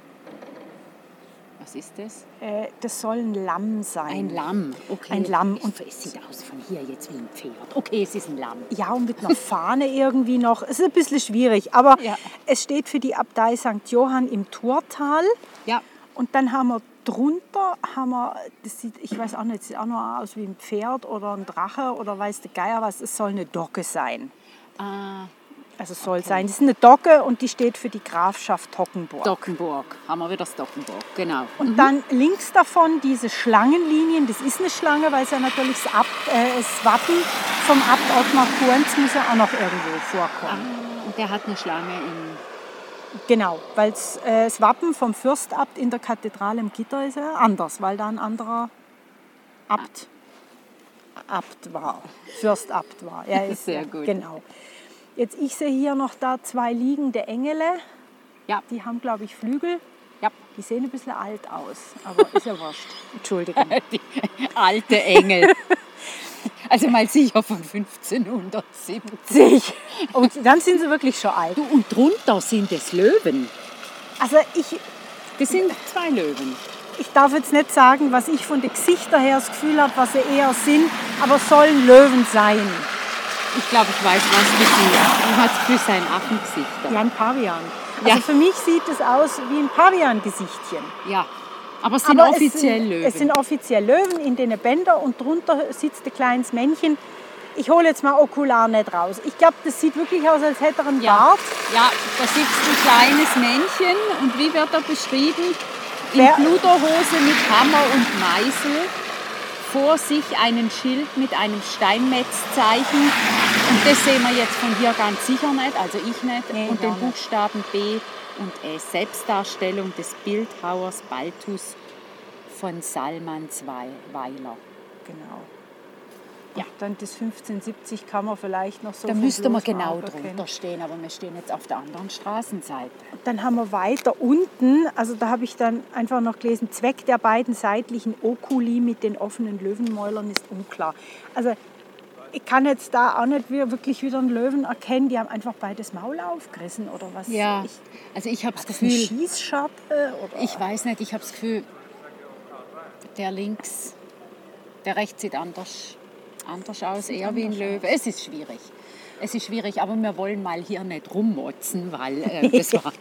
Was ist das? Äh, das soll ein Lamm sein. Ein Lamm. Okay. Ein Lamm. Und es sieht aus von hier jetzt wie ein Pferd. Okay, es ist ein Lamm. Ja, und mit einer Fahne irgendwie noch. Es ist ein bisschen schwierig, aber Ja. es steht für die Abtei Sankt Johann im Thurtal. Ja. Und dann haben wir drunter, haben wir, das sieht, ich weiß auch nicht, sieht auch noch aus wie ein Pferd oder ein Drache oder weiß der Geier was, es soll eine Docke sein. Ah, Also es soll sein. Das ist eine Docke und die steht für die Grafschaft Toggenburg. Dockenburg. Haben wir wieder das Dockenburg. Genau. Und dann links davon diese Schlangenlinien, das ist eine Schlange, weil es ja natürlich das, Abt, äh, das Wappen vom Abt Ottmar Kunz muss ja auch noch irgendwo vorkommen. Ah, und der hat eine Schlange in... Genau, weil äh, das Wappen vom Fürstabt in der Kathedrale im Gitter ist ja anders, weil da ein anderer Abt, Abt war, Fürstabt war. Ja, ist, Sehr gut. Genau. Jetzt, ich sehe hier noch da zwei liegende Engel, Ja. die haben, glaube ich, Flügel. Ja. Die sehen ein bisschen alt aus, aber ist ja wurscht. Entschuldigung. Die alte Engel. Also mal sicher von fünfzehnhundertsiebzig. Und dann sind sie wirklich schon alt. Du, und drunter sind es Löwen. Also ich, Das sind zwei Löwen. ich darf jetzt nicht sagen, was ich von den Gesichtern her das Gefühl habe, was sie eher sind, aber es sollen Löwen sein. Ich glaube, ich weiß, was mit dir. Du hast für sein Affengesichter. Ja, ein Pavian. Also Ja. für mich sieht es aus wie ein Pavian-Gesichtchen. Ja. Aber es sind Aber offiziell es sind, Löwen. Es sind offiziell Löwen in den Bänder und drunter sitzt ein kleines Männchen. Ich hole jetzt mal Okular nicht raus. Ich glaube, das sieht wirklich aus, als hätte er einen ja. Bart. Ja, da sitzt ein kleines Männchen. Und wie wird er beschrieben? In Wer- Pluderhose mit Hammer und Meißel. Vor sich einen Schild mit einem Steinmetzzeichen. Und das sehen wir jetzt von hier ganz sicher nicht, also ich nicht. Nee, und ich den auch nicht. Buchstaben B und S. Selbstdarstellung des Bildhauers Balthus von Salmansweiler. Genau. Ja. Und dann das fünfzehnhundertsiebzig kann man vielleicht noch so Da vom müsste man bloßen genau Auge drunter erkennen. stehen, aber wir stehen jetzt auf der anderen Straßenseite. Dann haben wir weiter unten, also da habe ich dann einfach noch gelesen, Zweck der beiden seitlichen Okuli mit den offenen Löwenmäulern ist unklar. Also ich kann jetzt da auch nicht wirklich wieder einen Löwen erkennen. Die haben einfach beides Maul aufgerissen oder was. Ja, ich, also ich habe das das eine Gefühl, Schießscharpe? Oder? ich weiß nicht, ich habe das Gefühl, der links, der rechts sieht anders, anders aus, Sieht eher wie ein anders Löwe. Es ist schwierig. Es ist schwierig, aber wir wollen mal hier nicht rummotzen, weil äh, das war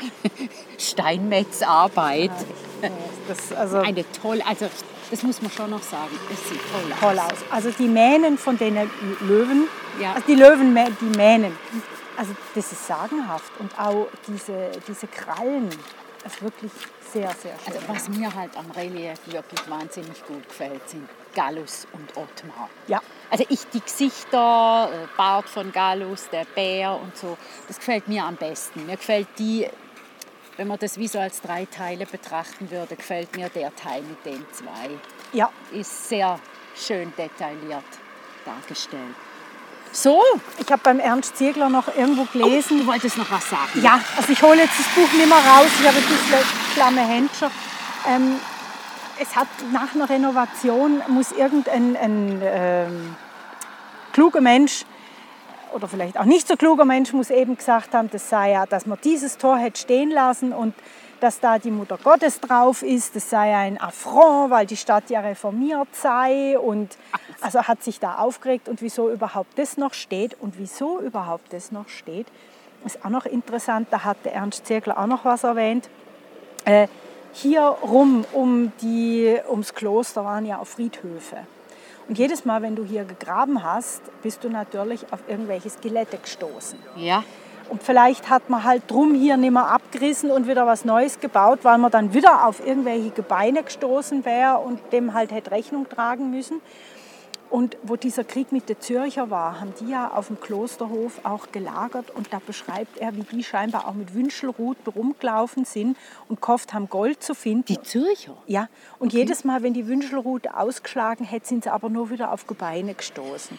Steinmetzarbeit. Ja, das, also Eine tolle, also das muss man schon noch sagen, es sieht toll aus. toll aus. Also die Mähnen von den Löwen, Ja. also die Löwen, die Mähnen, also das ist sagenhaft. Und auch diese, diese Krallen, das ist wirklich sehr, sehr schön. Also was mir halt am Relief wirklich wahnsinnig gut gefällt, sind Gallus und Ottmar. Ja. Also ich, die Gesichter, äh, Bart von Gallus, der Bär und so, das gefällt mir am besten. Mir gefällt die, wenn man das wie so als drei Teile betrachten würde, gefällt mir der Teil mit den zwei. Ja. Ist sehr schön detailliert dargestellt. So, Ich habe beim Ernst Ziegler noch irgendwo gelesen. du wolltest noch was sagen? Ja, also ich hole jetzt das Buch nicht mehr raus, ich habe ein bisschen klamme Händchen. Ähm, es hat nach einer Renovation, muss irgendein ein, ähm, kluger Mensch, oder vielleicht auch nicht so kluger Mensch, muss eben gesagt haben, das sei ja, dass man dieses Tor hätte stehen lassen und dass da die Mutter Gottes drauf ist, das sei ein Affront, weil die Stadt ja reformiert sei. Und also hat sich da aufgeregt und wieso überhaupt das noch steht und wieso überhaupt das noch steht, ist auch noch interessant. Da hat der Ernst Ziegler auch noch was erwähnt. Äh, hier rum um die, ums Kloster waren ja auch Friedhöfe. Und jedes Mal, wenn du hier gegraben hast, bist du natürlich auf irgendwelche Skelette gestoßen. Ja. Und vielleicht hat man halt drum hier nicht mehr abgerissen und wieder was Neues gebaut, weil man dann wieder auf irgendwelche Gebeine gestoßen wäre und dem halt hätte Rechnung tragen müssen. Und wo dieser Krieg mit den Zürcher war, haben die ja auf dem Klosterhof auch gelagert. Und da beschreibt er, wie die scheinbar auch mit Wünschelrut rumgelaufen sind und gehofft haben, Gold zu finden. Die Zürcher? Ja, und okay. Jedes Mal, wenn die Wünschelrute ausgeschlagen hätte, sind sie aber nur wieder auf Gebeine gestoßen.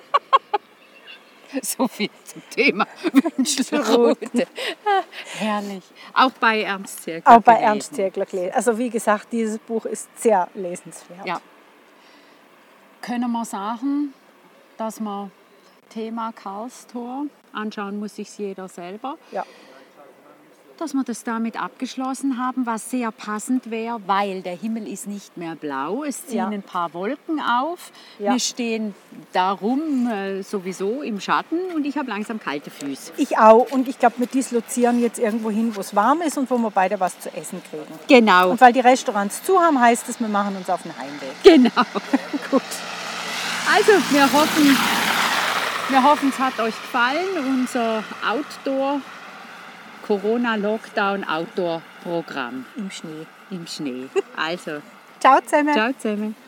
So viel zum Thema Wünschelrute. Herrlich. Auch bei Ernst Ziegler Auch bei gelesen. Ernst Ziegler gelesen. Also wie gesagt, dieses Buch ist sehr lesenswert. Ja. Können wir sagen, dass man Thema Karlstor, anschauen muss sich jeder selber, Ja. dass wir das damit abgeschlossen haben, was sehr passend wäre, weil der Himmel ist nicht mehr blau, es ziehen Ja. ein paar Wolken auf, Ja. wir stehen darum äh, sowieso im Schatten und ich habe langsam kalte Füße. Ich auch. Und ich glaube, wir dislozieren jetzt irgendwo hin, wo es warm ist und wo wir beide was zu essen kriegen. Genau. Und weil die Restaurants zu haben, heißt es, wir machen uns auf den Heimweg. Genau. Gut. Also, wir hoffen, wir hoffen, es hat euch gefallen, unser Outdoor, Corona-Lockdown-Outdoor-Programm Im Schnee. im Schnee. Also, Ciao zusammen. ciao zusammen.